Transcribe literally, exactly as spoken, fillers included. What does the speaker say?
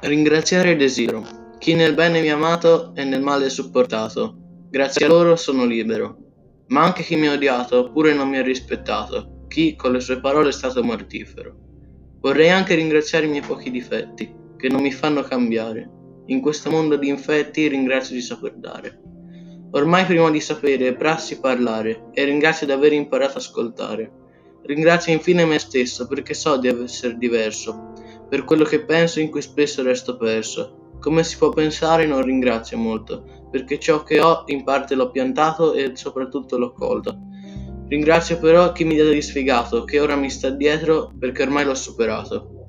Ringraziare desidero chi nel bene mi ha amato e nel male supportato. Grazie a loro sono libero. Ma anche chi mi ha odiato, pure non mi ha rispettato, chi con le sue parole è stato mortifero. Vorrei anche ringraziare i miei pochi difetti, che non mi fanno cambiare. In questo mondo di infetti ringrazio di saper dare. Ormai prima di sapere, prassi parlare, e ringrazio di aver imparato ad ascoltare. Ringrazio infine me stesso, perché so di essere diverso, per quello che penso in cui spesso resto perso. Come si può pensare non ringrazio molto, perché ciò che ho in parte l'ho piantato e soprattutto l'ho colto. Ringrazio però chi mi ha disfigato, che ora mi sta dietro perché ormai l'ho superato.